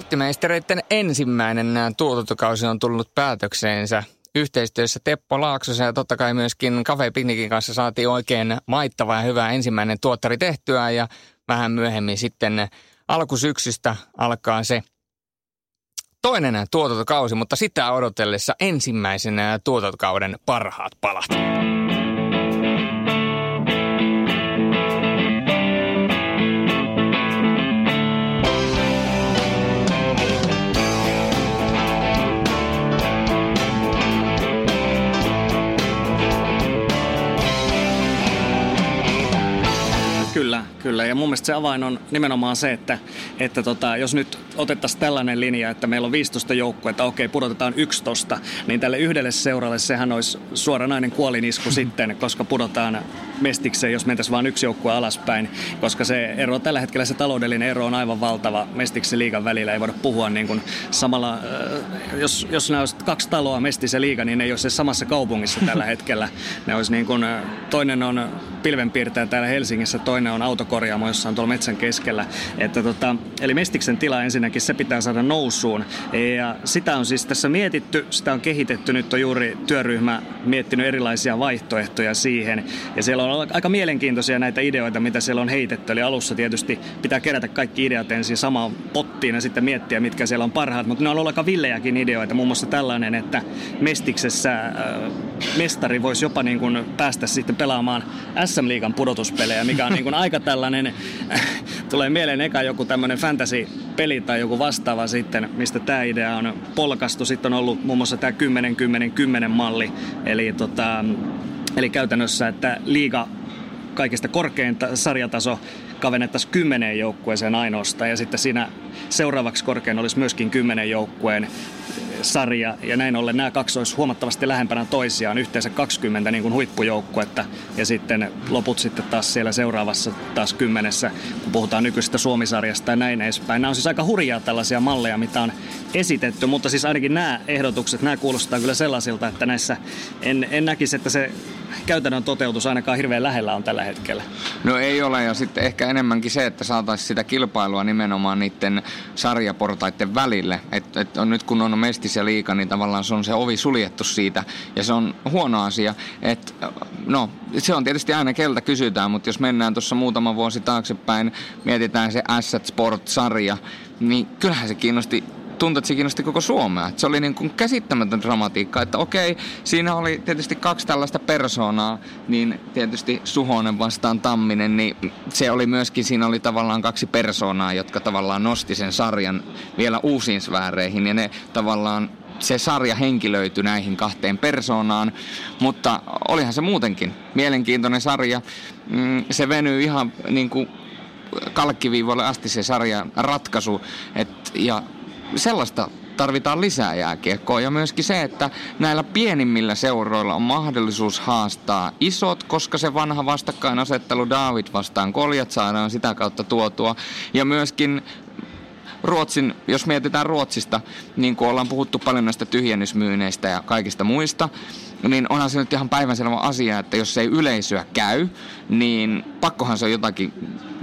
Jättimeistereiden ensimmäinen tuotantokausi on tullut päätökseensä. Yhteistyössä Teppo Laaksosen ja totta kai myöskin Cafe Picnicin kanssa saatiin oikein maittava ja hyvä ensimmäinen tuottari tehtyä ja vähän myöhemmin sitten alkusyksystä alkaa se toinen tuotantokausi, mutta sitä odotellessa ensimmäisen tuotantokauden parhaat palat. Kyllä. Ja mun mielestä se avain on nimenomaan se, että jos nyt otettaisiin tällainen linja, että meillä on 15 joukkuetta, okei, pudotetaan 11, niin tälle yhdelle seuralle sehän olisi suoranainen kuolinisku sitten, koska pudotaan Mestikseen, jos mentäisiin vain yksi joukkue alaspäin, koska se ero, tällä hetkellä se taloudellinen ero on aivan valtava Mestiksen liigan välillä, ei voida puhua niin kuin samalla, jos nämä olisi 2 taloa Mestis ja liiga, niin ne ei olisi samassa kaupungissa tällä hetkellä. Ne olisi niin kuin, toinen on pilvenpiirtäjä täällä Helsingissä, toinen on autokorjaamo, jossa on tuolla metsän keskellä. Eli Mestiksen tila ensinnäkin, se pitää saada nousuun. Ja sitä on siis tässä mietitty, sitä on kehitetty, nyt on juuri työryhmä miettinyt erilaisia vaihtoehtoja siihen. Ja siellä on aika mielenkiintoisia näitä ideoita, mitä siellä on heitetty. Eli alussa tietysti pitää kerätä kaikki ideat ensin samaan pottiin ja sitten miettiä, mitkä siellä on parhaat. Mutta ne on ollut aika villejäkin ideoita, muun muassa tällainen, että Mestiksessä mestari voisi jopa niin kuin päästä sitten pelaamaan SM-liigan pudotuspelejä, mikä on niin kuin aika tällainen, tulee mieleen eka joku tämmöinen fantasy-peli tai joku vastaava sitten, mistä tämä idea on polkastu. Sitten on ollut muun muassa tämä 10-10-10 malli, eli käytännössä, että liiga kaikista korkein sarjataso kavennettaisiin 10 joukkueeseen ainoastaan ja sitten siinä seuraavaksi korkein olisi myöskin 10 joukkueen sarja ja näin ollen nämä kaksi olisi huomattavasti lähempänä toisiaan, yhteensä 20 niin kuin huippujoukkuetta ja sitten loput sitten taas siellä seuraavassa taas 10, kun puhutaan nykyisestä Suomi-sarjasta ja näin edespäin. Nämä on siis aika hurjaa tällaisia malleja, mitä on esitetty, mutta siis ainakin nämä ehdotukset, nämä kuulostaa kyllä sellaisilta, että näissä en näkisi, että se käytännön toteutus ainakaan hirveän lähellä on tällä hetkellä. No ei ole, ja sitten ehkä enemmänkin se, että saataisiin sitä kilpailua nimenomaan niiden sarjaportaiden välille. Et nyt kun on Mestis ja liiga, niin tavallaan se on se ovi suljettu siitä, ja se on huono asia. Se on tietysti aina keltä kysytään, mutta jos mennään tuossa muutama vuosi taaksepäin, mietitään se Asset Sport-sarja, niin kyllähän se tuntui, että se kiinnosti koko Suomea. Että se oli niin kuin käsittämätön dramatiikka, että okei, siinä oli tietysti 2 tällaista persoonaa, niin tietysti Suhonen vastaan Tamminen, niin se oli myöskin, siinä oli tavallaan 2 persoonaa, jotka tavallaan nosti sen sarjan vielä uusiin sfääreihin, ja ne tavallaan se sarja henkilöityi näihin 2 persoonaan, mutta olihan se muutenkin mielenkiintoinen sarja. Se venyi ihan niin kuin kalkkiviivoille asti se sarjan ratkaisu, ja sellaista tarvitaan lisää jääkiekkoa ja myöskin se, että näillä pienimmillä seuroilla on mahdollisuus haastaa isot, koska se vanha vastakkainasettelu David vastaan Koljat saadaan sitä kautta tuotua. Ja myöskin Ruotsin, jos mietitään Ruotsista, niin kuin ollaan puhuttu paljon näistä tyhjennysmyyneistä ja kaikista muista, niin onhan se nyt ihan päivänselvä asia, että jos ei yleisöä käy, niin pakkohan se on jotakin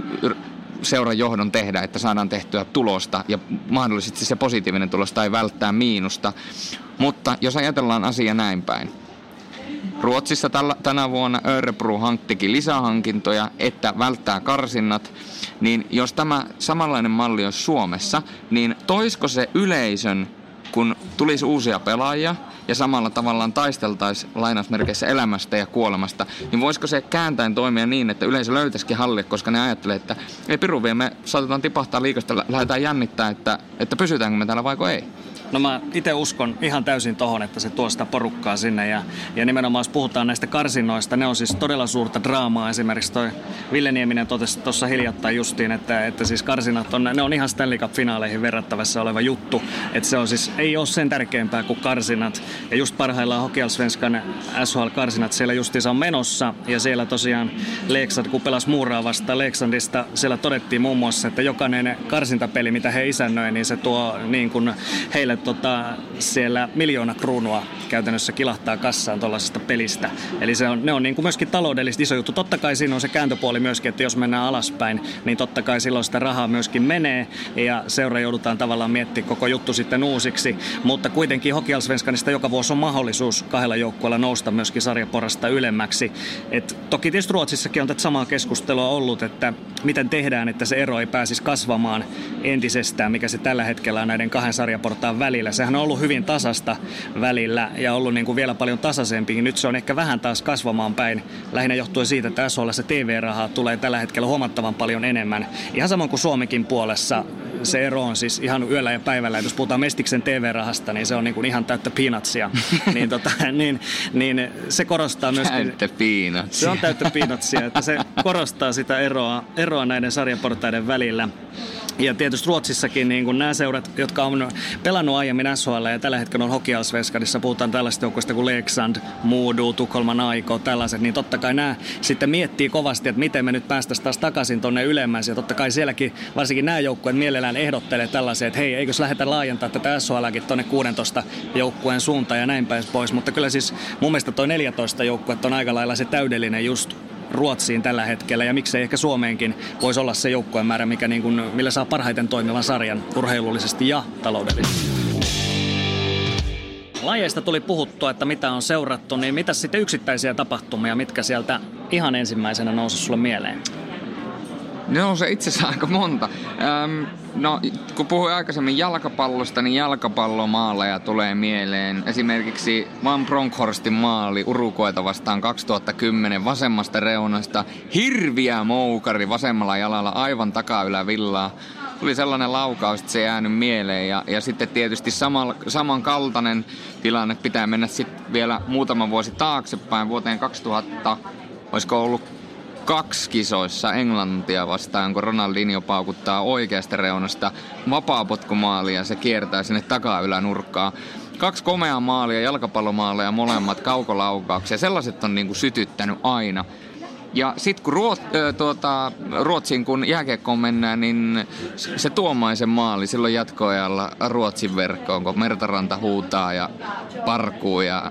seuran johdon tehdä, että saadaan tehtyä tulosta ja mahdollisesti se positiivinen tulos tai välttää miinusta. Mutta jos ajatellaan asia näin päin. Ruotsissa tänä vuonna Örebro hankkikin lisähankintoja, että välttää karsinnat, niin jos tämä samanlainen malli olisi Suomessa, niin toisko se yleisön, kun tulisi uusia pelaajia ja samalla tavallaan taisteltaisiin lainausmerkeissä elämästä ja kuolemasta, niin voisiko se kääntäen toimia niin, että yleisö löytäisikin hallille, koska ne ajattelee, että ei piru vie, me saatetaan tipahtaa liikasta, lähdetään jännittää, että pysytäänkö me täällä vaiko ei. No mä itse uskon ihan täysin tohon, että se tuo sitä porukkaa sinne ja nimenomaan jos puhutaan näistä karsinnoista, ne on siis todella suurta draamaa. Esimerkiksi toi Ville Nieminen totesi tuossa hiljattain justiin, että siis karsinnat ne on ihan Stanley Cup-finaaleihin verrattavassa oleva juttu. Että se on siis, ei ole sen tärkeämpää kuin karsinnat. Ja just parhaillaan Hockeyallsvenskan SHL-karsinat siellä justiinsa on menossa ja siellä tosiaan Leksand, kun pelasi Muuraa vastaan Leksandista, siellä todettiin muun muassa, että jokainen karsintapeli, mitä he isännöi, niin se tuo niin kuin heille siellä 1 000 000 kruunua käytännössä kilahtaa kassaan tuollaisesta pelistä. Eli ne on niin kuin myöskin taloudellisesti iso juttu. Totta kai siinä on se kääntöpuoli myöskin, että jos mennään alaspäin, niin totta kai silloin sitä rahaa myöskin menee ja seura joudutaan tavallaan miettimään koko juttu sitten uusiksi. Mutta kuitenkin Hockeyallsvenskanista joka vuosi on mahdollisuus 2 joukkueella nousta myöskin sarjaporrasta ylemmäksi. Toki tietysti Ruotsissakin on tätä samaa keskustelua ollut, että miten tehdään, että se ero ei pääsisi kasvamaan entisestään, mikä se tällä hetkellä on näiden 2 sarjaportaan välillä. Sehän on ollut hyvin tasasta välillä ja ollut niin kuin vielä paljon tasaisempi. Nyt se on ehkä vähän taas kasvamaan päin, lähinnä johtuen siitä, että SHL:ssä TV-rahaa tulee tällä hetkellä huomattavan paljon enemmän. Ihan samoin kuin Suomenkin puolessa se ero on siis ihan yöllä ja päivällä. Jos puhutaan Mestiksen TV-rahasta, niin se on niin kuin ihan täyttä peanutsia. niin se korostaa myöskin... Täyttä peanutsia. Se on täyttä peanutsia, että se korostaa sitä eroa näiden sarjaportaiden välillä. Ja tietysti Ruotsissakin niin kun nämä seurat, jotka on pelannut aiemmin SHL ja tällä hetkellä on Hockeyallsvenskanissa, puhutaan tällaisista joukkoista kuin Leksand, Modo, Tukholman Aiko, tällaiset, niin totta kai nämä sitten miettii kovasti, että miten me nyt päästäisiin taas takaisin tonne ylemmäs. Ja totta kai sielläkin varsinkin nämä joukkueet mielellään ehdottelee tällaisia, että hei, eikös lähdetä laajentaa tätä SHL:kin tonne 16 joukkueen suuntaan ja näin päin pois. Mutta kyllä siis mun mielestä toi 14 joukkuetta on aika lailla se täydellinen just Ruotsiin tällä hetkellä ja miksei ehkä Suomeenkin voisi olla se joukkueen määrä, millä saa parhaiten toimivan sarjan urheilullisesti ja taloudellisesti. Lajeista tuli puhuttua, että mitä on seurattu, niin mitä sitten yksittäisiä tapahtumia, mitkä sieltä ihan ensimmäisenä nousi sulle mieleen? No se itse asiassa aika monta. No, kun puhuin aikaisemmin jalkapallosta, niin jalkapallomaaleja tulee mieleen. Esimerkiksi Van Bronckhorsttin maali Uruguayta vastaan 2010 vasemmasta reunasta. Hirviä moukari vasemmalla jalalla aivan takaylävillaa. Tuli sellainen laukaus, että se ei jäänyt mieleen. Ja sitten tietysti samankaltainen tilanne pitää mennä sitten vielä muutama vuosi taaksepäin vuoteen 2000. Olisiko ollut 2 kisoissa Englantia vastaan, kun Ronaldinho paukuttaa oikeasta reunasta vapaapotkumaalia ja se kiertää sinne takaylänurkkaan. 2 komeaa maalia, jalkapallomaaleja molemmat, kaukolaukauksia. Sellaiset on niinku sytyttänyt aina. Ja sitten kun Ruotsiin kun jääkiekkoon mennään, niin se Tuomaisen maali silloin jatkoajalla Ruotsin verkkoon, kun Mertaranta huutaa ja parkuu ja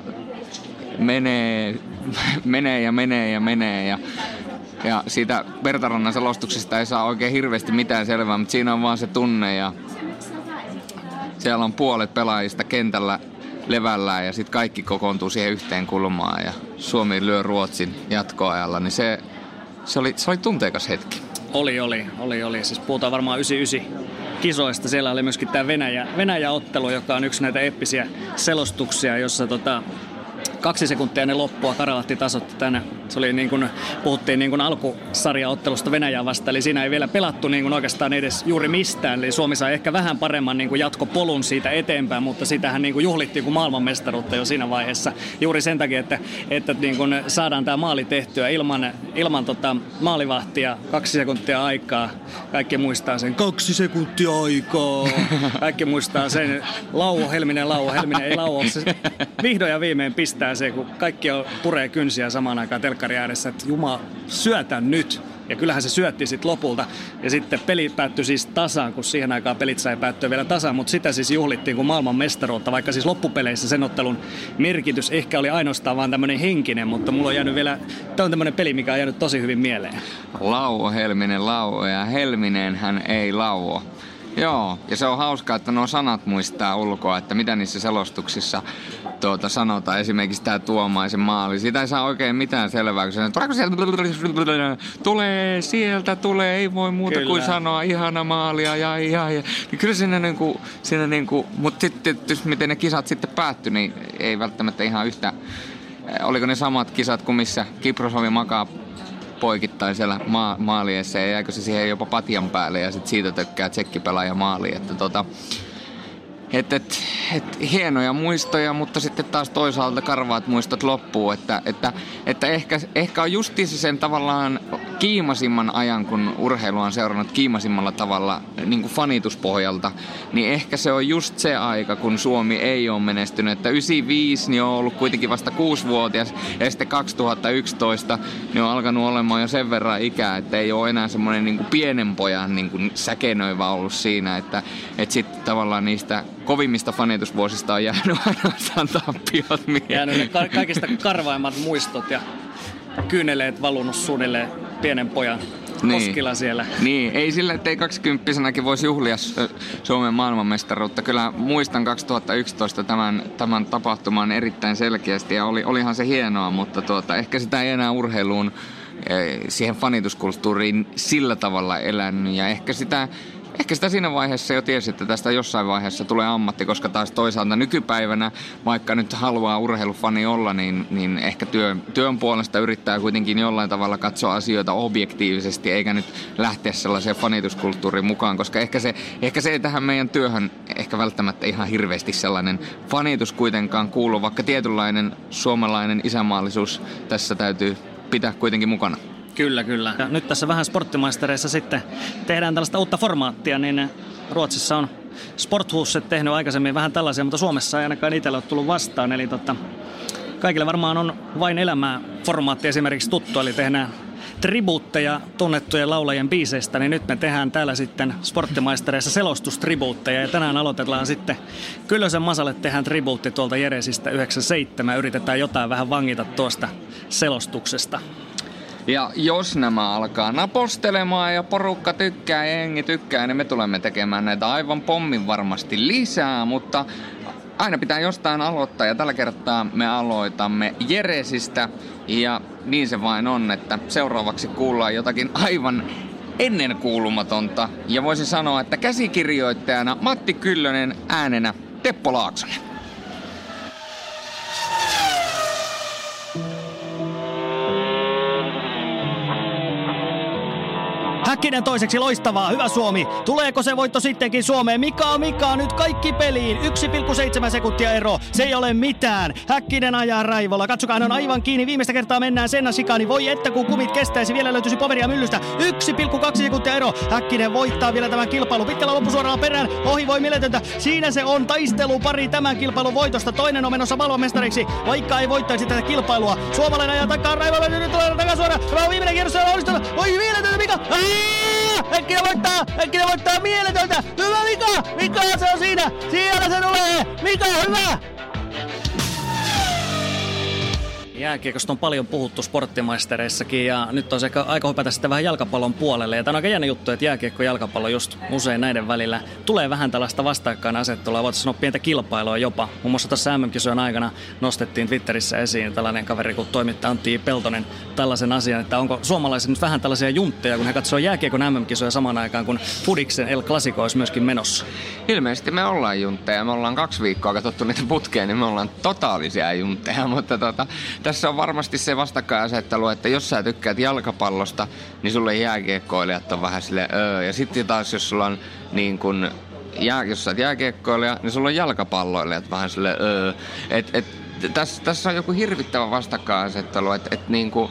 menee ja siitä Mertarannan selostuksesta ei saa oikein hirveästi mitään selvää, mutta siinä on vaan se tunne ja siellä on puolet pelaajista kentällä levällään ja sitten kaikki kokoontuu siihen yhteen kulmaan ja Suomi lyö Ruotsin jatkoajalla, niin se oli tunteikas hetki. Oli. Siis puhutaan varmaan 99 kisoista. Siellä oli myöskin tämä Venäjä-ottelu, joka on yksi näitä eeppisiä selostuksia, jossa 2 sekuntia ennen loppua Karalahti tasoitti tänne. Se oli niin kuin, puhuttiin niin kuin alkusarjaottelusta Venäjää vastaan, eli siinä ei vielä pelattu niin kuin oikeastaan edes juuri mistään. Eli Suomi sai ehkä vähän paremman niin kuin jatkopolun siitä eteenpäin, mutta sitähän niin kuin juhlittiin kuin maailmanmestaruutta jo siinä vaiheessa. Juuri sen takia, että niin kuin saadaan tämä maali tehtyä ilman maalivahtia, 2 sekuntia aikaa. Kaikki muistaa sen 2 sekuntia aikaa. Kaikki muistaa sen Helminen ei lauo. Se vihdoin ja viimein pistää se, kun kaikki puree kynsiä samaan aikaan telkkari ääressä, että Jumala, syötä nyt. Ja kyllähän se syötti sitten lopulta. Ja sitten peli päättyi siis tasaan, kun siihen aikaan pelit sai päättyä vielä tasaan, mutta sitä siis juhlittiin kuin maailman mestaruutta, vaikka siis loppupeleissä sen ottelun merkitys ehkä oli ainoastaan vaan tämmöinen henkinen, mutta mulla on jäänyt vielä, tämä on tämmöinen peli, mikä on jäänyt tosi hyvin mieleen. Lauo, Helminen, lauo ja Helminen hän ei lauo. Joo, ja se on hauskaa, että nuo sanat muistaa ulkoa, että mitä niissä selostuksissa sanotaan. Esimerkiksi tämä Tuomaisen maali. Siitä ei saa oikein mitään selvää, kun se tuleeko sieltä? Tulee, ei voi muuta kyllä kuin sanoa ihana maalia ja. Niin kyllä siinä niinku, mutta sitten miten ne kisat sitten päättyi, niin ei välttämättä ihan yhtä. Oliko ne samat kisat kuin missä Kiprosovi makaa poikittain siellä maaliessa ja jääkö se siihen jopa patjan päälle ja sitten siitä tökkää tsekkipelaaja maaliin. Että hienoja muistoja, mutta sitten taas toisaalta karvaat muistot loppuu, että ehkä on justiinsa sen tavallaan kiimasimman ajan, kun urheilu on seurannut kiimasimmalla tavalla niin kuin fanituspohjalta, niin ehkä se on just se aika, kun Suomi ei ole menestynyt, että 95 niin on ollut kuitenkin vasta 6-vuotias ja sitten 2011 niin on alkanut olemaan jo sen verran ikää, että ei ole enää semmoinen niin kuin pienen pojan niin kuin säkenöivä ollut siinä, että sitten tavallaan niistä kovimmista fanitusvuosista on jäänyt ainoastaan tappiot mieleen. Jäänyt ne kaikista karvaimmat muistot ja kyyneleet valunut suunnilleen pienen pojan koskilla siellä. Niin, ei sillä, ettei 20-vuotiaanakin voisi juhlia Suomen maailmanmestaruutta. Kyllä muistan 2011 tämän tapahtuman erittäin selkeästi ja olihan se hienoa, mutta ehkä sitä ei enää urheiluun, siihen fanituskulttuuriin sillä tavalla elänyt ja ehkä sitä siinä vaiheessa jo tiesi, että tästä jossain vaiheessa tulee ammatti, koska taas toisaalta nykypäivänä, vaikka nyt haluaa urheilufani olla, niin ehkä työn puolesta yrittää kuitenkin jollain tavalla katsoa asioita objektiivisesti, eikä nyt lähteä sellaiseen fanituskulttuuriin mukaan, koska ehkä se ei tähän meidän työhön ehkä välttämättä ihan hirveästi sellainen fanitus kuitenkaan kuulu, vaikka tietynlainen suomalainen isänmaallisuus tässä täytyy pitää kuitenkin mukana. Kyllä. Ja nyt tässä vähän sporttimaistereissa sitten tehdään tällaista uutta formaattia, niin Ruotsissa on Sporthuset tehnyt aikaisemmin vähän tällaisia, mutta Suomessa ei ainakaan itselle ole tullut vastaan. Eli kaikille varmaan on vain elämää formaatti esimerkiksi tuttu, eli tehdään tribuutteja tunnettujen laulajien biiseistä, niin nyt me tehdään täällä sitten sporttimaistereissa selostustribuutteja ja tänään aloitellaan sitten Kyllösen Masalle tehdään tribuutti tuolta Jeresistä 97 yritetään jotain vähän vangita tuosta selostuksesta. Ja jos nämä alkaa napostelemaan ja porukka tykkää ja jengi tykkää, niin me tulemme tekemään näitä aivan pommin varmasti lisää, mutta aina pitää jostain aloittaa ja tällä kertaa me aloitamme Jeresistä ja niin se vain on, että seuraavaksi kuullaan jotakin aivan ennenkuulumatonta ja voisin sanoa, että käsikirjoittajana Matti Kyllönen, äänenä Teppo Laaksonen. Häkkinen toiseksi loistavaa, hyvä Suomi. Tuleeko se voitto sittenkin Suomeen? Mika, nyt kaikki peliin. 1,7 sekuntia ero, se ei ole mitään. Häkkinen ajaa raivolla, katsokaa, hän on aivan kiinni. Viimeistä kertaa mennään Senna Sikani. Voi että kun kumit kestäisi, vielä löytyisi Poveria myllystä. 1,2 sekuntia ero. Häkkinen voittaa vielä tämän kilpailun. Pitkällä loppusuoralla perään, ohi voi mieletöntä. Siinä se on taistelupari tämän kilpailun voitosta. Toinen on menossa maailmanmestariksi, vaikka ei voittaisi tätä kilpailua. Suomalainen ajaa takaa raivolla, nyt tulee takasuora. Tämä on viimeinen kierros, voi mieletöntä Mika. Häkkinen voittaa mieletöntä! Hyvä Mika! Se on siinä! Siellä se tulee! Mika, hyvä! Jääkiekosta on paljon puhuttu sporttimaistereissakin ja nyt on sekä aika hypätä sitten vähän jalkapallon puolelle. Ja tämä on aika jännä juttu, että jääkiekko ja jalkapallo just usein näiden välillä tulee vähän tällaista vastakkainasettelua. Voitaisiin sanoa pientä kilpailua jopa. Muun muassa tuossa MM-kisojen aikana nostettiin Twitterissä esiin tällainen kaveri kuin toimittaja Antti Peltonen tällaisen asian, että onko suomalaiset nyt vähän tällaisia juntteja, kun he katsoo jääkiekon MM-kisoja samaan aikaan, kun Fudiksen El Clasico olisi myöskin menossa. Ilmeisesti me ollaan juntteja. Me ollaan 2 viikkoa katsottu niitä putkeen, niin me ollaan totaalisia juntteja, mutta tässä on varmasti se vastakkainasettelu, että jos sä tykkäät jalkapallosta, niin sulle jääkiekkoilijat on vähän silleen ja sitten taas jos sulla on niin kun, jos sä oot jääkiekkoilija, niin sulla on jalkapalloilijat vähän silleen tässä on joku hirvittävä vastakkainasettelu, että niin kuin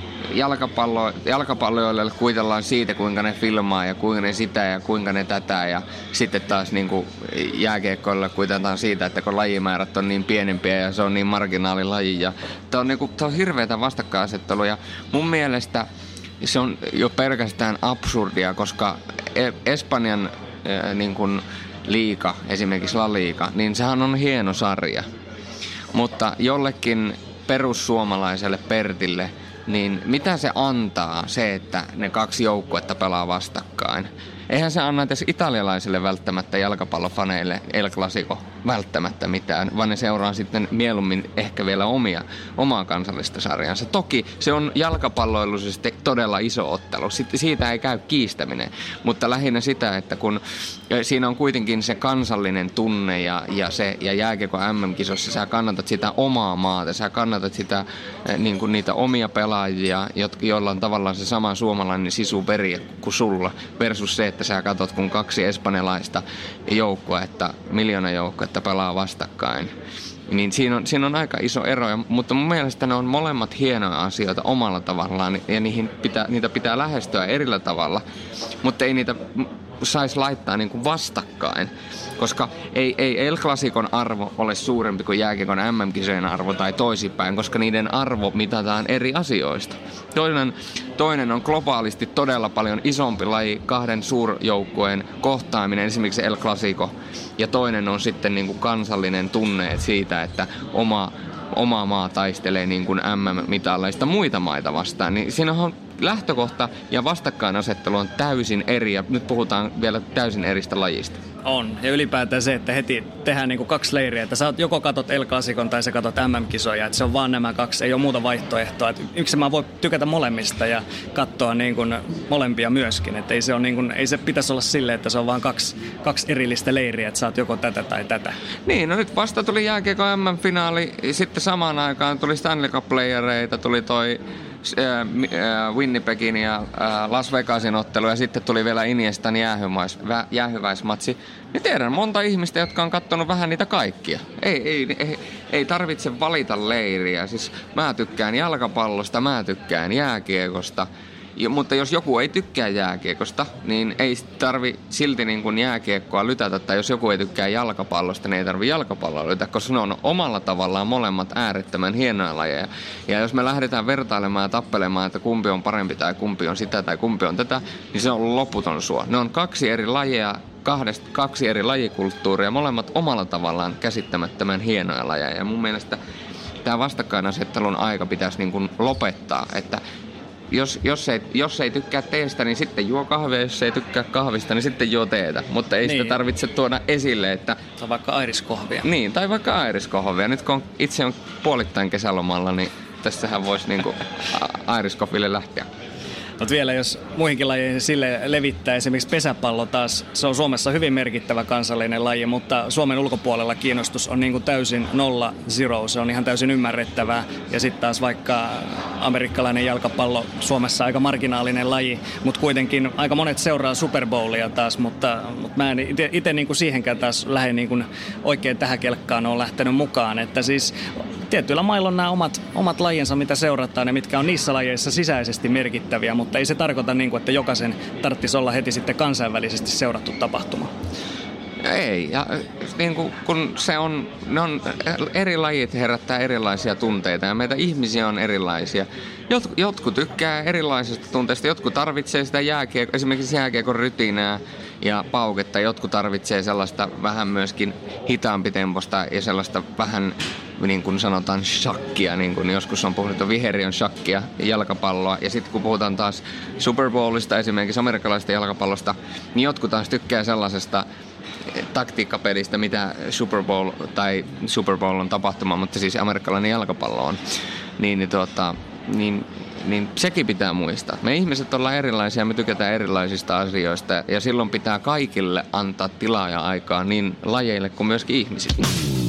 jalkapalloilijoille kuitellaan siitä, kuinka ne filmaa ja kuinka ne sitä ja kuinka ne tätä. Ja sitten taas niin kuin jääkiekkoille kuitellaan siitä, että kun lajimäärät on niin pienempiä ja se on niin marginaalilaji. Tämä on hirveätä vastakkainasettelua ja mun mielestä se on jo pelkästään absurdia, koska Espanjan niin kuin liiga, esimerkiksi La Liga, niin sehän on hieno sarja. Mutta jollekin perussuomalaiselle Pertille, niin mitä se antaa se, että ne 2 joukkuetta pelaa vastakkain? Eihän se anna edes italialaisille välttämättä jalkapallofaneille El Clasico välttämättä mitään, vaan ne seuraa sitten mieluummin ehkä vielä omaa kansallista sarjansa. Toki se on jalkapalloilullisesti todella iso ottelu, siitä ei käy kiistäminen, mutta lähinnä sitä, että kun siinä on kuitenkin se kansallinen tunne ja jääkiekon MM-kisossa sä kannatat sitä omaa maata, sä kannatat sitä, niin kuin niitä omia pelaajia, joilla on tavallaan se sama suomalainen sisuperiä kuin sulla, versus se, että sä katot, kun 2 espanjalaista joukkuetta, miljoonajoukkue, pelaa vastakkain. Niin siinä on aika iso ero, mutta mun mielestä ne on molemmat hienoja asioita omalla tavallaan ja niitä pitää lähestyä erillä tavalla, mutta ei niitä saisi laittaa niin kuin vastakkain, koska ei El Clasicon arvo ole suurempi kuin jääkiekon MM-kisojen arvo tai toisinpäin, koska niiden arvo mitataan eri asioista. toinen on globaalisti todella paljon isompi laji, kahden suurjoukkueen kohtaaminen, esimerkiksi El Clasico. Ja toinen on sitten niin kuin kansallinen tunne siitä, että oma maa taistelee niin kuin MM-mitalleista muita maita vastaan. Niin siinä on lähtökohta ja vastakkainasettelu on täysin eri, ja nyt puhutaan vielä täysin eristä lajista. On, ja ylipäätään se, että heti tehdään niinku 2 leiriä, että sä joko katot El Clasicon tai sä katot MM-kisoja, että se on vaan nämä 2, ei ole muuta vaihtoehtoa. Että yksi mä voi tykätä molemmista ja katsoa niinku molempia myöskin, että ei se, on niinku, ei se pitäisi olla silleen, että se on vaan kaksi erillistä leiriä, että sä oot joko tätä tai tätä. Niin, no nyt vasta tuli jääkiekon MM-finaali, sitten samaan aikaan tuli Stanley Cup-playereita, tuli toi Winnipegin ja Las Vegasin ottelu ja sitten tuli vielä Iniestan jäähyväismatsi. Niin tiedän monta ihmistä, jotka on katsonut vähän niitä kaikkia. Ei tarvitse valita leiriä. Siis mä tykkään jalkapallosta, mä tykkään jääkiekosta. Mutta jos joku ei tykkää jääkiekosta, niin ei tarvi silti niin kuin jääkiekkoa lytätä. Tai jos joku ei tykkää jalkapallosta, niin ei tarvi jalkapalloa lytätä, koska ne on omalla tavallaan molemmat äärettömän hienoja lajeja. Ja jos me lähdetään vertailemaan ja tappelemaan, että kumpi on parempi tai kumpi on sitä tai kumpi on tätä, niin se on loputon suo. Ne on 2 eri lajia, 2 eri lajikulttuuria, molemmat omalla tavallaan käsittämättömän hienoja lajeja. Ja mun mielestä tämä vastakkainasettelun aika pitäisi niin kuin lopettaa, että jos ei tykkää teestä, niin sitten juo kahvia. Jos ei tykkää kahvista, niin sitten juo teetä. Mutta ei sitä tarvitse tuoda esille, että... Tai vaikka airiskohvia. Niin, tai vaikka airiskohvia. Nyt kun itse on puolittain kesälomalla, niin tässähän voisi niinku airiskohville lähteä. Mutta vielä jos muihinkin lajeihin sille levittää, esimerkiksi pesäpallo taas, se on Suomessa hyvin merkittävä kansallinen laji, mutta Suomen ulkopuolella kiinnostus on niin kuin täysin 0-0, se on ihan täysin ymmärrettävää. Ja sitten taas vaikka amerikkalainen jalkapallo Suomessa aika marginaalinen laji, mutta kuitenkin aika monet seuraa Super Bowlia taas, mutta mä en itse niin kuin siihenkään taas lähde niin kuin oikein tähän kelkkaan ole lähtenyt mukaan, että siis... Tietyillä mailla on nämä omat lajinsa, mitä seurataan ja mitkä on niissä lajeissa sisäisesti merkittäviä, mutta ei se tarkoita, että jokaisen tarvitsisi olla heti sitten kansainvälisesti seurattu tapahtuma. Ei, ja niin kun ne on eri lajit herättää erilaisia tunteita ja meitä ihmisiä on erilaisia. Jotkut tykkää erilaisista tunteista, jotkut tarvitsee sitä esimerkiksi jääkiekon rytinää ja pauketta, jotkut tarvitsee sellaista vähän myöskin hitaampi temposta ja sellaista vähän niin kuin sanotaan shakkia, niin kuin joskus on puhuttu viheriön shakkia jalkapalloa. Ja sitten kun puhutaan taas Super Bowlista, esimerkiksi amerikkalaisesta jalkapallosta, niin jotkut taas tykkää sellaisesta taktiikkapelistä, mitä Super Bowl on tapahtuma, mutta siis amerikkalainen jalkapallo on. Niin sekin pitää muistaa. Me ihmiset ollaan erilaisia, me tykätään erilaisista asioista ja silloin pitää kaikille antaa tilaa ja aikaa niin lajeille kuin myöskin ihmisille.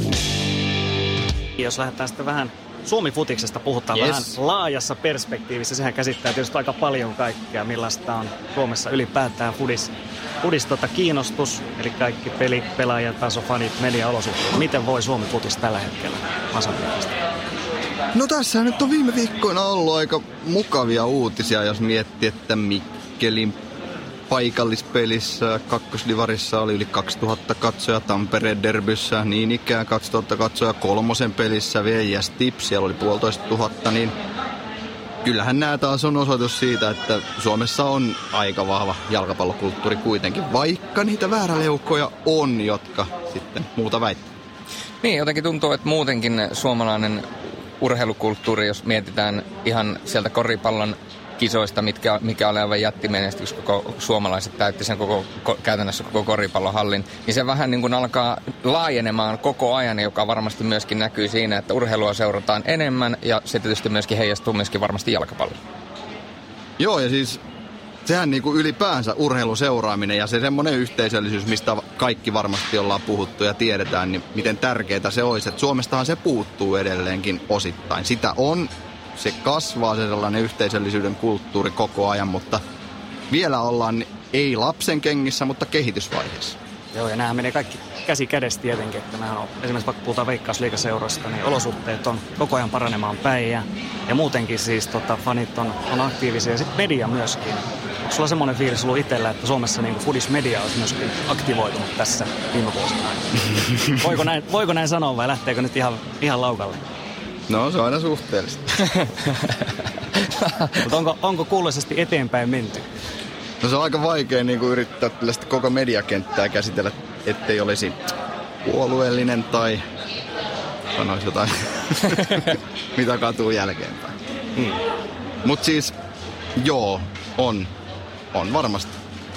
Jos lähdetään sitten vähän Suomi-futiksesta, puhutaan vähän laajassa perspektiivissä. Sehän käsittää tietysti aika paljon kaikkea, millaista on Suomessa ylipäätään fudis kiinnostus, eli kaikki pelaajat, taso, fanit, mediaolosuhteet. Miten voi Suomi-futis tällä hetkellä Masanpäästä? No tässä nyt on viime viikkoina ollut aika mukavia uutisia, jos miettii, että Mikkelin paikallispelissä kakkosdivarissa oli yli 2000 katsoja, Tampereen derbyssä niin ikään 2000 katsoja, kolmosen pelissä VJS Tips, siellä oli 1500, niin kyllähän nämä taas on osoitus siitä, että Suomessa on aika vahva jalkapallokulttuuri kuitenkin, vaikka niitä vääräleukoja on, jotka sitten muuta väittää. Niin, jotenkin tuntuu, että muutenkin suomalainen urheilukulttuuri, jos mietitään ihan sieltä koripallon kisoista, mikä oli aivan jättimenestys, koko suomalaiset täytti sen käytännössä koko koripallohallin, niin se vähän niin kuin alkaa laajenemaan koko ajan, joka varmasti myöskin näkyy siinä, että urheilua seurataan enemmän ja se tietysti myöskin heijastuu myöskin varmasti jalkapalloon. Joo, ja siis sehän niin kuin ylipäänsä urheiluseuraaminen ja se semmoinen yhteisöllisyys, mistä kaikki varmasti ollaan puhuttu ja tiedetään, niin miten tärkeää se olisi, että Suomestahan se puuttuu edelleenkin osittain. Sitä on. Se kasvaa se sellainen yhteisöllisyyden kulttuuri koko ajan, mutta vielä ollaan ei lapsen kengissä, mutta kehitysvaiheessa. Joo, ja nämähän menee kaikki käsi kädessä tietenkin, että nämähän on, esimerkiksi vaikka puhutaan Veikkausliigaseuroista, niin olosuhteet on koko ajan paranemaan päin ja muutenkin siis fanit on aktiivisia ja sitten media myöskin. Onko sulla semmoinen fiilis ollut itsellä, että Suomessa niin fudismedia olisi myöskin aktivoitunut tässä viime vuosina? Voiko näin sanoa vai lähteekö nyt ihan laukalle? No, se on aina suhteellista. Mutta onko kuuloisesti eteenpäin menty? No se on aika vaikea niin kuin yrittää tällaista koko mediakenttää käsitellä, ettei olisi puolueellinen tai sanoisi jotain, mitä katuu jälkeenpäin. Mutta siis, joo, on varmasti.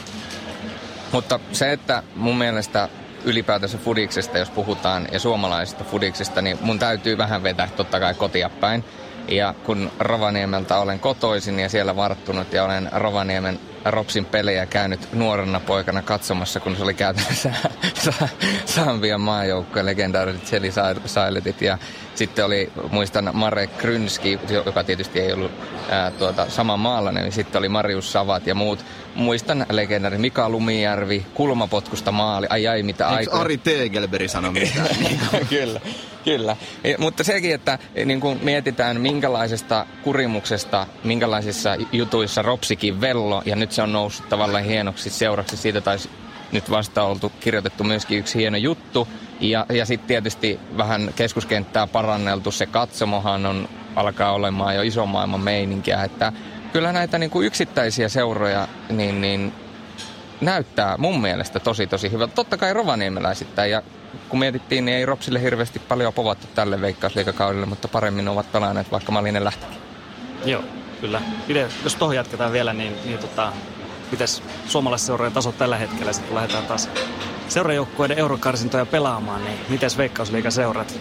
Mutta se, että mun mielestä ylipäätänsä fudiksesta, jos puhutaan, ja suomalaisesta fudiksesta, niin mun täytyy vähän vetää totta kai kotia päin. Ja kun Rovaniemeltä olen kotoisin ja siellä varttunut ja olen Rovaniemen Ropsin pelejä käynyt nuorena poikana katsomassa, kun se oli käytännössä Sambian maajoukkojen legendaariset Cheli Sailetit. Ja sitten oli, muistan, Marek Krynski, joka tietysti ei ollut sama maalainen, niin sitten oli Marius Savat ja muut. Muistan legendaari Mika Lumijärvi, kulmapotkusta maali, ai mitä aikoja. Ari Tegelberg sanoi mitään? Kyllä. Mutta sekin, että niin kun mietitään minkälaisesta kurimuksesta, minkälaisissa jutuissa Ropsikin vello, ja nyt se on noussut tavallaan hienoksi seuraksi. Siitä taisi nyt vasta oltu kirjoitettu myöskin yksi hieno juttu. Ja sitten tietysti vähän keskuskenttää paranneltu. Se katsomohan alkaa olemaan jo iso maailman meininkiä, että kyllä näitä niin kuin yksittäisiä seuroja niin näyttää mun mielestä tosi hyvältä. Totta kai rovaniemeläisittäin, ja kun mietittiin, niin ei Ropsille hirveästi paljon povattu tälle Veikkausliigakaudelle, mutta paremmin ovat pelanneet, vaikka Malinen lähtikin. Joo, kyllä. Jos tohon jatketaan vielä, niin mites suomalaisseurojen taso tällä hetkellä, sitten kun lähdetään taas seurajoukkueiden eurokarsintoja pelaamaan, niin mites Veikkausliigaseurat?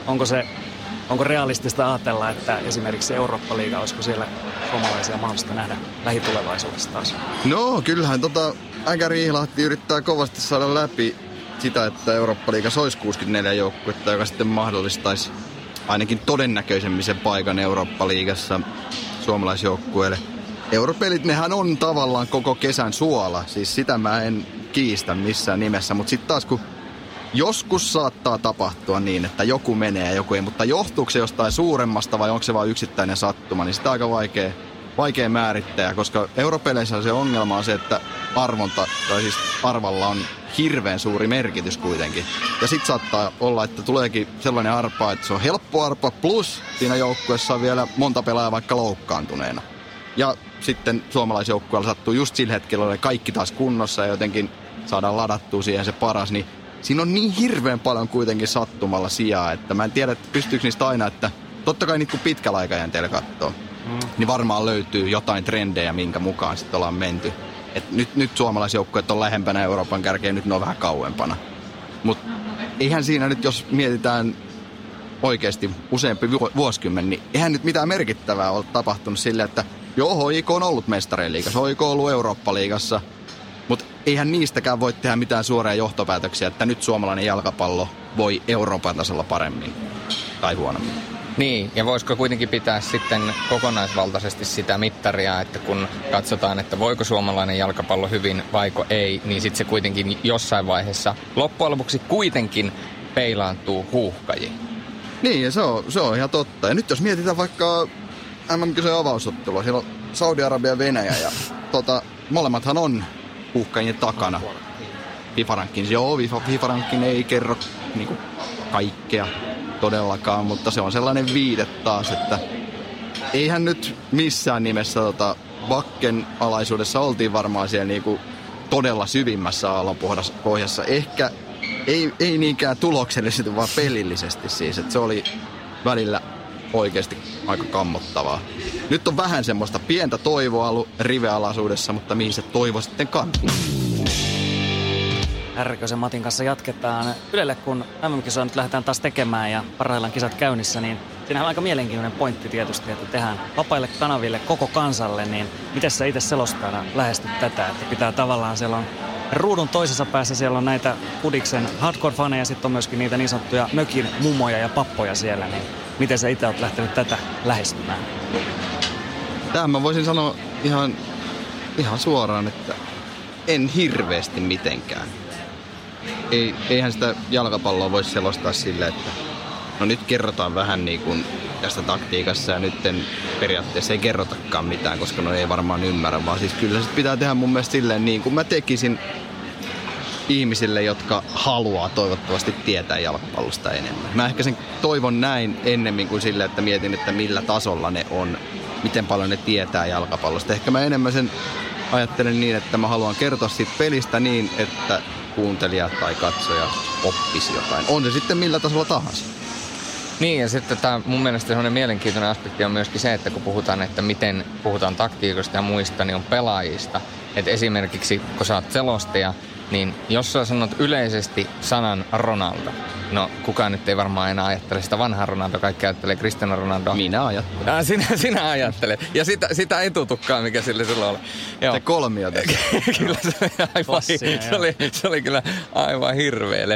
Onko realistista ajatella, että esimerkiksi Eurooppa-liiga, olisiko siellä suomalaisia mahdollista nähdä lähitulevaisuudessa taas? No, kyllähän Äkäri Ihlahti yrittää kovasti saada läpi sitä, että Eurooppa-liigassa olisi 64 joukkuetta, joka sitten mahdollistaisi ainakin todennäköisemmin sen paikan Eurooppa-liigassa suomalaisjoukkueelle. Europelit, nehän on tavallaan koko kesän suola, siis sitä mä en kiistä missään nimessä, mutta sitten taas kun joskus saattaa tapahtua niin, että joku menee ja joku ei, mutta johtuuko se jostain suuremmasta vai onko se vain yksittäinen sattuma, niin sitä on aika vaikea määrittää, koska europeleissä se ongelma on se, että arvalla on hirveän suuri merkitys kuitenkin. Ja sit saattaa olla, että tuleekin sellainen arpa, että se on helppo arpa, plus siinä joukkueessa on vielä monta pelaajaa vaikka loukkaantuneena. Ja sitten suomalaisjoukkueella sattuu just sillä hetkellä, että kaikki taas kunnossa ja jotenkin saadaan ladattua siihen se paras, niin siinä on niin hirveän paljon kuitenkin sattumalla sijaa, että mä en tiedä, että pystyykö niistä aina, että totta kai niitä kun pitkällä aikajänteellä katsoo, niin varmaan löytyy jotain trendejä, minkä mukaan sitten ollaan menty. Et nyt suomalaisjoukkueet on lähempänä Euroopan kärkeä, nyt ne on vähän kauempana. Mutta eihän siinä nyt, jos mietitään oikeasti useampi vuosikymmen, niin eihän nyt mitään merkittävää ole tapahtunut sille, että joo, HJK on ollut mestariliigassa, HJK on ollut Eurooppa-liigassa, mutta eihän niistäkään voi tehdä mitään suoria johtopäätöksiä, että nyt suomalainen jalkapallo voi Euroopan tasolla paremmin tai huonommin. Niin, ja voisiko kuitenkin pitää sitten kokonaisvaltaisesti sitä mittaria, että kun katsotaan, että voiko suomalainen jalkapallo hyvin vaiko ei, niin sitten se kuitenkin jossain vaiheessa loppujen lopuksi kuitenkin peilaantuu huuhkajiin. Niin, ja se on ihan totta. Ja nyt jos mietitään vaikka MM-kisojen avausottelua, siellä on Saudi-Arabia ja Venäjä, ja molemmathan on huuhkajien takana. FIFA-rankin ei kerro niinku kaikkea todellakaan, mutta se on sellainen viide taas, että eihän nyt missään nimessä Bakken alaisuudessa oltiin varmaan siellä niinku todella syvimmässä aallonpohjassa. Ehkä ei niinkään tuloksellisesti, vaan pelillisesti siis, että se oli välillä oikeasti aika kammottavaa. Nyt on vähän semmoista pientä toivoa ollut rivealaisuudessa, mutta mihin se toivo sitten kantaa? Härkösen Matin kanssa jatketaan. Ylelle kun MM-kisoja nyt lähdetään taas tekemään ja parhaillaan kisat käynnissä, niin siinähän on aika mielenkiintoinen pointti tietysti, että tehdään vapaille kanaville koko kansalle, niin miten sä itse selostajana lähestyt tätä, että pitää tavallaan, siellä on ruudun toisessa päässä, siellä on näitä Fudiksen hardcore-faneja ja sitten on myöskin niitä niin sanottuja mökin mummoja ja pappoja siellä, niin miten sä itse oot lähtenyt tätä lähestymään? Tähän mä voisin sanoa ihan suoraan, että en hirveästi mitenkään. Eihän sitä jalkapalloa voisi selostaa sille, että no nyt kerrotaan vähän niin kuin tästä taktiikassa ja nyt periaatteessa ei kerrotakaan mitään, koska no ei varmaan ymmärrä, vaan siis kyllä se pitää tehdä mun mielestä silleen niin kuin mä tekisin ihmisille, jotka haluaa toivottavasti tietää jalkapallosta enemmän. Mä ehkä sen toivon näin ennemmin kuin sille, että mietin, että millä tasolla ne on miten paljon ne tietää jalkapallosta. Ehkä mä enemmän sen ajattelen niin, että mä haluan kertoa siitä pelistä niin, että kuuntelija tai katsoja oppisi jotain. On se sitten millä tasolla tahansa. Niin, ja sitten tämä mun mielestä sellainen mielenkiintoinen aspekti on myöskin se, että kun puhutaan, että miten puhutaan taktiikoista ja muista, niin on pelaajista. Että esimerkiksi, kun sä oot selostaja, niin jos sä sanot yleisesti sanan Ronaldo, no kukaan nyt ei varmaan enää ajattele sitä vanhaa Ronaldo, kaikki ajattelee Cristiano Ronaldoa. Minä ajattelen. Sinä ajattelet. Ja sitä etutukkaa, mikä sille oli. Joo. Se kolmio tässä. Kyllä se oli kyllä aivan hirveelle.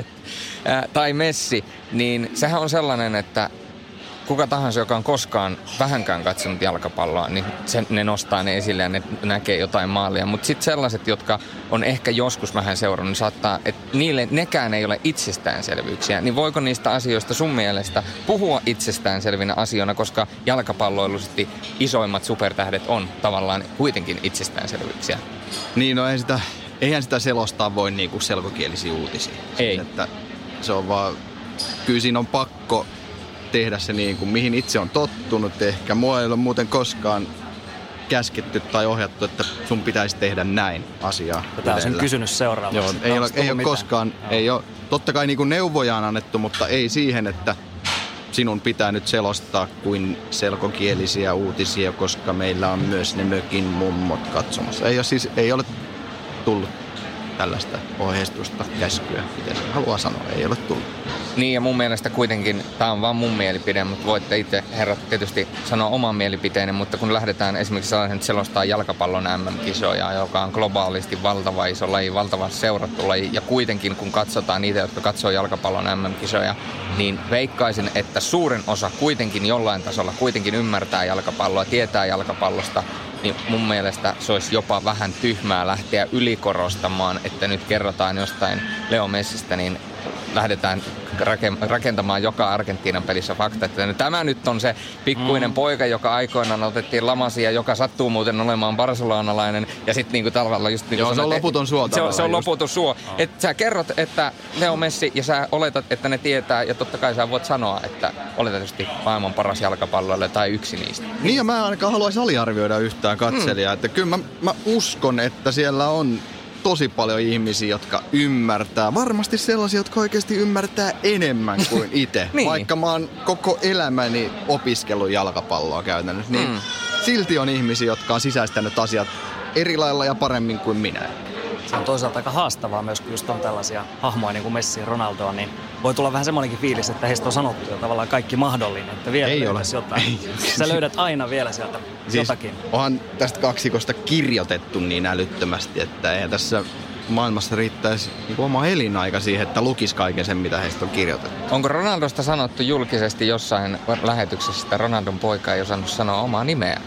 Tai Messi, niin sehän on sellainen, että kuka tahansa, joka on koskaan vähänkään katsonut jalkapalloa, niin ne nostaa ne esille ja ne näkee jotain maalia. Mutta sitten sellaiset, jotka on ehkä joskus vähän seurannut, niin saattaa, että nekään ei ole itsestäänselvyyksiä. Niin voiko niistä asioista sun mielestä puhua itsestäänselvinä asioina, koska jalkapalloiluisesti isoimmat supertähdet on tavallaan kuitenkin itsestäänselvyyksiä? Niin, no eihän sitä selostaa voi niinku selkokielisiä uutisia. Ei. Että se on vaan, kyllä siinä on pakko tehdä se niin kuin mihin itse on tottunut. Ehkä mua ei ole muuten koskaan käsketty tai ohjattu, että sun pitäisi tehdä näin asiaa. Tätä on sen kysynyt seuraavaksi. Joo, ei ole koskaan, ei ole, totta kai niin kuin neuvoja on annettu, mutta ei siihen, että sinun pitää nyt selostaa kuin selkokielisiä uutisia, koska meillä on myös ne mökin mummot katsomassa. Ei ole tullut tällaista ohjeistusta, käskyä, miten haluaa sanoa, ei ole tullut. Niin, ja mun mielestä kuitenkin, tämä on vaan mun mielipide, mutta voitte itse, herrat, tietysti sanoa oman mielipiteinen, mutta kun lähdetään esimerkiksi sellaisen, että selostaa jalkapallon MM-kisoja, joka on globaalisti valtava iso laji, valtavan seurattu laji, ja kuitenkin kun katsotaan niitä, jotka katsoo jalkapallon MM-kisoja, niin veikkaisin, että suurin osa kuitenkin jollain tasolla kuitenkin ymmärtää jalkapalloa, tietää jalkapallosta, niin mun mielestä se olisi jopa vähän tyhmää lähteä ylikorostamaan, että nyt kerrotaan jostain Leo Messistä, niin lähdetään rakentamaan joka Argentiinan pelissä fakta, että tämä nyt on se pikkuinen poika, joka aikoinaan otettiin Lamasia, joka sattuu muuten olemaan barcelonalainen, ja sitten niinku tavallaan just niinku se on loputon suo. Se on loputon suo. Että sä kerrot, että Leo Messi, ja sä oletat, että ne tietää, ja totta kai sä voit sanoa, että oletetusti maailman paras jalkapalloille tai yksi niistä. Niin, ja mä ainakaan haluaisin aliarvioida yhtään katselijaa, että kyllä mä uskon, että siellä on tosi paljon ihmisiä, jotka ymmärtää. Varmasti sellaisia, jotka oikeasti ymmärtää enemmän kuin itse. Niin. Vaikka mä oon koko elämäni opiskellut jalkapalloa käytännössä, niin silti on ihmisiä, jotka on sisäistänyt asiat eri lailla ja paremmin kuin minä. Se on toisaalta aika haastavaa myös, kun just on tällaisia hahmoja niin kuin Messi ja Ronaldoa, niin voi tulla vähän semmoinenkin fiilis, että heistä on sanottu jo tavallaan kaikki mahdollinen, että vielä ei ole jotain. Ei. Sä löydät aina vielä sieltä jotakin. Onhan tästä kaksikosta kirjoitettu niin älyttömästi, että eihän tässä maailmassa riittäisi niin oma elinaika siihen, että lukisi kaiken sen, mitä heistä on kirjoitettu. Onko Ronaldosta sanottu julkisesti jossain lähetyksessä, että Ronaldon poika ei osannut sanoa omaa nimeä?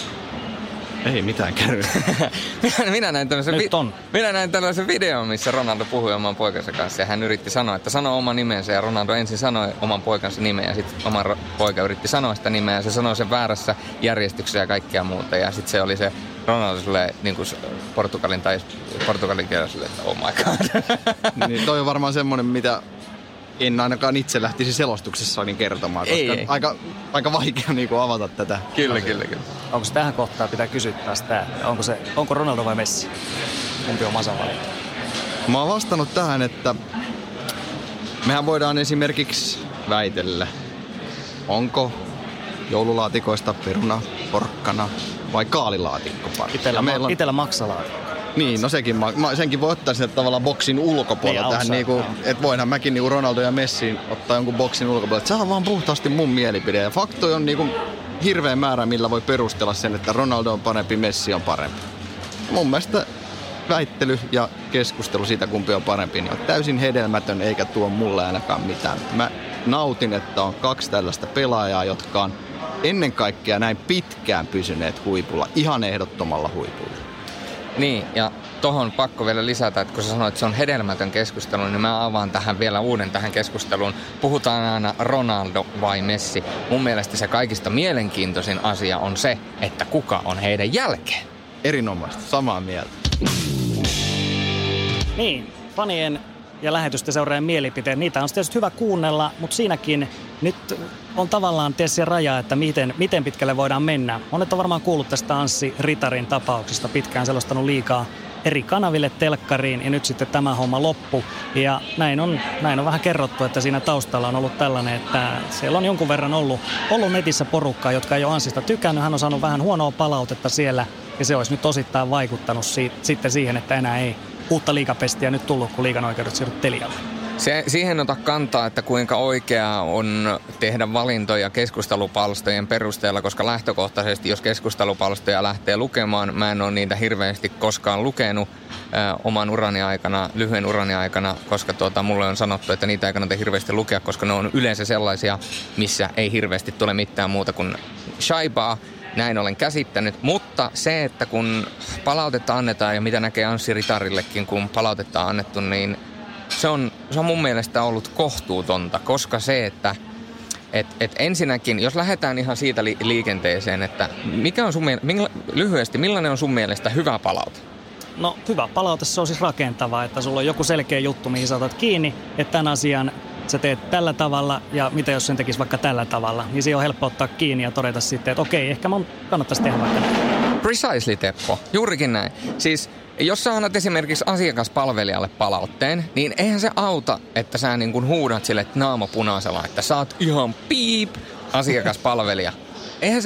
Ei mitään käy. Minä näin tällaisen videon, missä Ronaldo puhui oman poikansa kanssa ja hän yritti sanoa, että sano oma nimensä ja Ronaldo ensin sanoi oman poikansa nimeä ja sitten oma poika yritti sanoa sitä nimeä ja se sanoi sen väärässä järjestyksessä ja kaikkea muuta ja sitten se oli se Ronaldo silleen niin kuin portugalin kielellä, että oh my god. Niin toi on varmaan semmoinen, mitä en ainakaan itse lähtisi selostuksessa niin kertomaan, koska ei. Aika vaikea niin kuin avata tätä. Kyllä. Onko se tähän kohtaan pitää kysyä taas tää, onko Ronaldo vai Messi? Kumpi on Masan valinta? Mä oon vastannut tähän, että mehän voidaan esimerkiksi väitellä, onko joululaatikoista peruna, porkkana vai kaalilaatikko parasta. Itellä maksalaatikko. Niin, no senkin voi ottaa sieltä tavallaan boksin ulkopuolella niin, tähän niinku, että voinhan mäkin niinku Ronaldo ja Messi ottaa jonkun boksin ulkopuolella. Se on vaan puhtaasti mun mielipide ja faktoja on niinku hirveä määrä, millä voi perustella sen, että Ronaldo on parempi, Messi on parempi. Mun mielestä väittely ja keskustelu siitä, kumpi on parempi, niin on täysin hedelmätön eikä tuo mulle ainakaan mitään. Mä nautin, että on kaksi tällaista pelaajaa, jotka on ennen kaikkea näin pitkään pysyneet huipulla, ihan ehdottomalla huipulla. Niin, ja tohon pakko vielä lisätä, että kun sä sanoit, että se on hedelmätön keskustelu, niin mä avaan tähän vielä uuden tähän keskusteluun. Puhutaan aina Ronaldo vai Messi. Mun mielestä se kaikista mielenkiintoisin asia on se, että kuka on heidän jälkeen. Erinomaista, samaa mieltä. Niin, fanien ja lähetysten seuraajien mielipiteen, niitä on tietysti hyvä kuunnella, mutta siinäkin nyt on tavallaan se raja, että miten pitkälle voidaan mennä. Monet on varmaan kuullut tästä Anssi Ritarin tapauksesta, pitkään selostanut liikaa eri kanaville, telkkariin, ja nyt sitten tämä homma loppu. Ja näin on vähän kerrottu, että siinä taustalla on ollut tällainen, että siellä on jonkun verran ollut netissä porukkaa, jotka ei ole Anssista tykännyt. Hän on saanut vähän huonoa palautetta siellä, ja se olisi nyt osittain vaikuttanut sitten siihen, että enää ei uutta liigapestiä nyt tullut, kun liigan oikeudet siirryt Telialle. Siihen ota kantaa, että kuinka oikeaa on tehdä valintoja keskustelupalstojen perusteella, koska lähtökohtaisesti, jos keskustelupalstoja lähtee lukemaan, mä en ole niitä hirveästi koskaan lukenut oman urani aikana, lyhyen urani aikana, koska mulle on sanottu, että niitä ei kannata hirveästi lukea, koska ne on yleensä sellaisia, missä ei hirveästi tule mitään muuta kuin shaibaa. Näin olen käsittänyt, mutta se, että kun palautetta annetaan ja mitä näkee Anssi Ritarillekin, kun palautetta on annettu, niin se on mun mielestä ollut kohtuutonta, koska se, että ensinnäkin, jos lähdetään ihan siitä liikenteeseen, että lyhyesti, millainen on sun mielestä hyvä palaute? No hyvä palaute, se on siis rakentavaa, että sulla on joku selkeä juttu, mihin sä otat kiinni, että tämän asian sä teet tällä tavalla ja mitä jos sen tekisi vaikka tällä tavalla, niin siihen on helppo ottaa kiinni ja todeta sitten, että okei, ehkä mun kannattaisi tehdä vaikka näin. Precisely, Teppo. Juurikin näin. Siis jos sä annat esimerkiksi asiakaspalvelijalle palautteen, niin eihän se auta, että sä niin kuin huudat sille naama punaisella, että sä oot ihan piip asiakaspalvelija. Eihän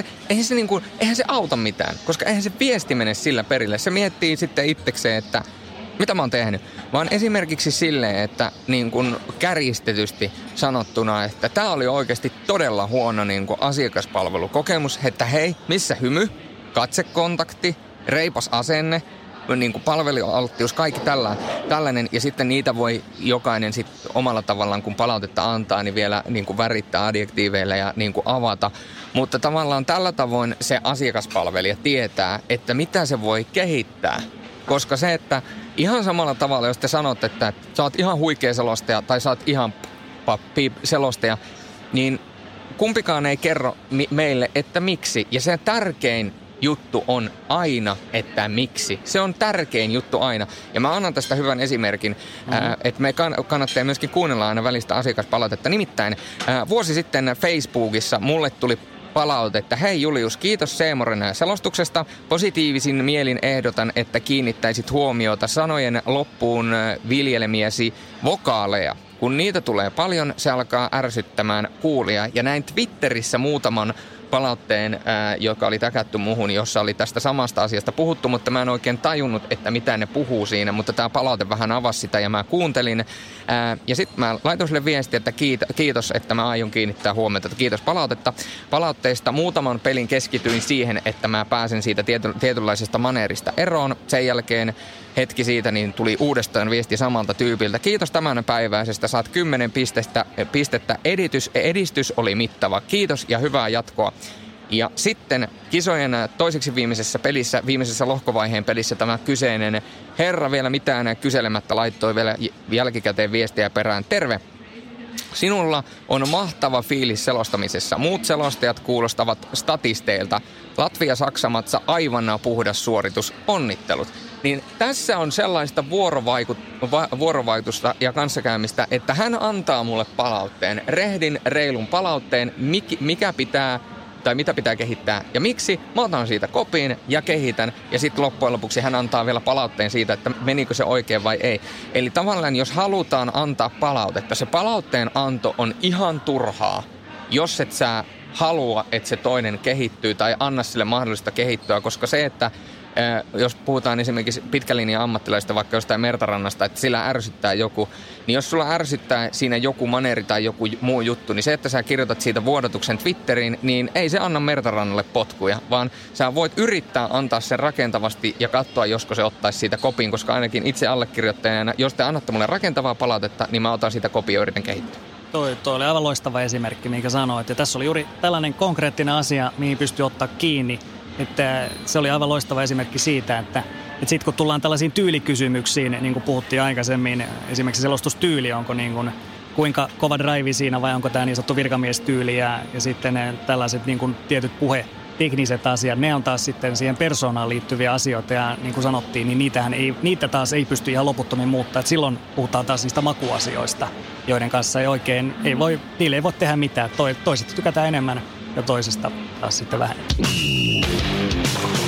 se auta mitään, koska eihän se viesti mene sillä perille. Se miettii sitten itsekseen, että mitä mä oon tehnyt, vaan esimerkiksi silleen, että niin kuin kärjistetysti sanottuna, että tää oli oikeasti todella huono niin kuin asiakaspalvelukokemus, että hei, missä hymy, katsekontakti, reipas asenne, niin kuin palvelualttius, kaikki tällainen, ja sitten niitä voi jokainen sitten omalla tavallaan, kun palautetta antaa, niin vielä niin kuin värittää adjektiiveilla ja niin kuin avata. Mutta tavallaan tällä tavoin se asiakaspalvelija tietää, että mitä se voi kehittää. Koska se, että ihan samalla tavalla, jos te sanotte, että sä oot ihan huikea selostaja tai sä oot ihan selostaja, niin kumpikaan ei kerro meille, että miksi. Ja se tärkein juttu on aina, että miksi. Se on tärkein juttu aina. Ja mä annan tästä hyvän esimerkin, että me kannattaa myöskin kuunnella aina välistä asiakaspalautetta. Nimittäin vuosi sitten Facebookissa mulle tuli palautetta. Hei Julius, kiitos Seemoren selostuksesta. Positiivisin mielin ehdotan, että kiinnittäisit huomiota sanojen loppuun viljelemiesi vokaaleja. Kun niitä tulee paljon, se alkaa ärsyttämään kuulijaa. Ja näin Twitterissä muutaman palautteen, joka oli täkätty muhun, jossa oli tästä samasta asiasta puhuttu, mutta mä en oikein tajunnut, että mitä ne puhuu siinä, mutta tämä palaute vähän avasi sitä ja mä kuuntelin. Ja sitten mä laitoin sille viestiä, että kiitos, että mä aion kiinnittää huomiota, että kiitos palautteesta. Muutaman pelin keskityin siihen, että mä pääsen siitä tietynlaisesta maneerista eroon. Sen jälkeen hetki siitä, niin tuli uudestaan viesti samalta tyypiltä. Kiitos tämänpäiväisestä, saat 10 pistettä. Edistys oli mittava. Kiitos ja hyvää jatkoa. Ja sitten kisojen toiseksi viimeisessä lohkovaiheen pelissä tämä kyseinen herra vielä mitään kyselemättä laittoi vielä jälkikäteen viestiä perään. Terve! Sinulla on mahtava fiilis selostamisessa. Muut selostajat kuulostavat statisteilta. Latvia-Saksamatsa aivan puhdas suoritus. Onnittelut. Niin tässä on sellaista vuorovaikutusta ja kanssakäymistä, että hän antaa mulle palautteen, reilun palautteen, mikä pitää tai mitä pitää kehittää ja miksi. Mä otan siitä kopiin ja kehitän ja sitten loppujen lopuksi hän antaa vielä palautteen siitä, että menikö se oikein vai ei. Eli tavallaan jos halutaan antaa palautetta, se palautteen anto on ihan turhaa, jos et sä halua, että se toinen kehittyy tai anna sille mahdollista kehittyä, koska se, että jos puhutaan esimerkiksi pitkälinjan ammattilaista vaikka jostain Mertarannasta, että sillä ärsyttää joku, niin jos sulla ärsyttää siinä joku maneeri tai joku muu juttu, niin se, että sä kirjoitat siitä vuodatuksen Twitteriin, niin ei se anna Mertarannalle potkuja, vaan sä voit yrittää antaa sen rakentavasti ja katsoa, josko se ottaisi siitä kopin, koska ainakin itse allekirjoittajana, jos te annatte mulle rakentavaa palautetta, niin mä otan siitä kopia ja yritän kehittää. Toi oli aivan loistava esimerkki, minkä sanoit. Ja tässä oli juuri tällainen konkreettinen asia, mihin pystyy ottaa kiinni. Että se oli aivan loistava esimerkki siitä, että sitten kun tullaan tällaisiin tyylikysymyksiin, niin kuin puhuttiin aikaisemmin, esimerkiksi selostustyyli, onko niin kuin, kuinka kova drive siinä vai onko tämä niin sanottu virkamiestyyli ja sitten tällaiset niin kuin tietyt tekniset asiat, ne on taas sitten siihen persoonaan liittyviä asioita ja niin kuin sanottiin, niin niitä taas ei pysty ihan loputtomiin muuttaa. Et silloin puhutaan taas niistä makuasioista, joiden kanssa niille ei voi tehdä mitään. Toisesta tykätään enemmän ja toisesta taas sitten vähemmän.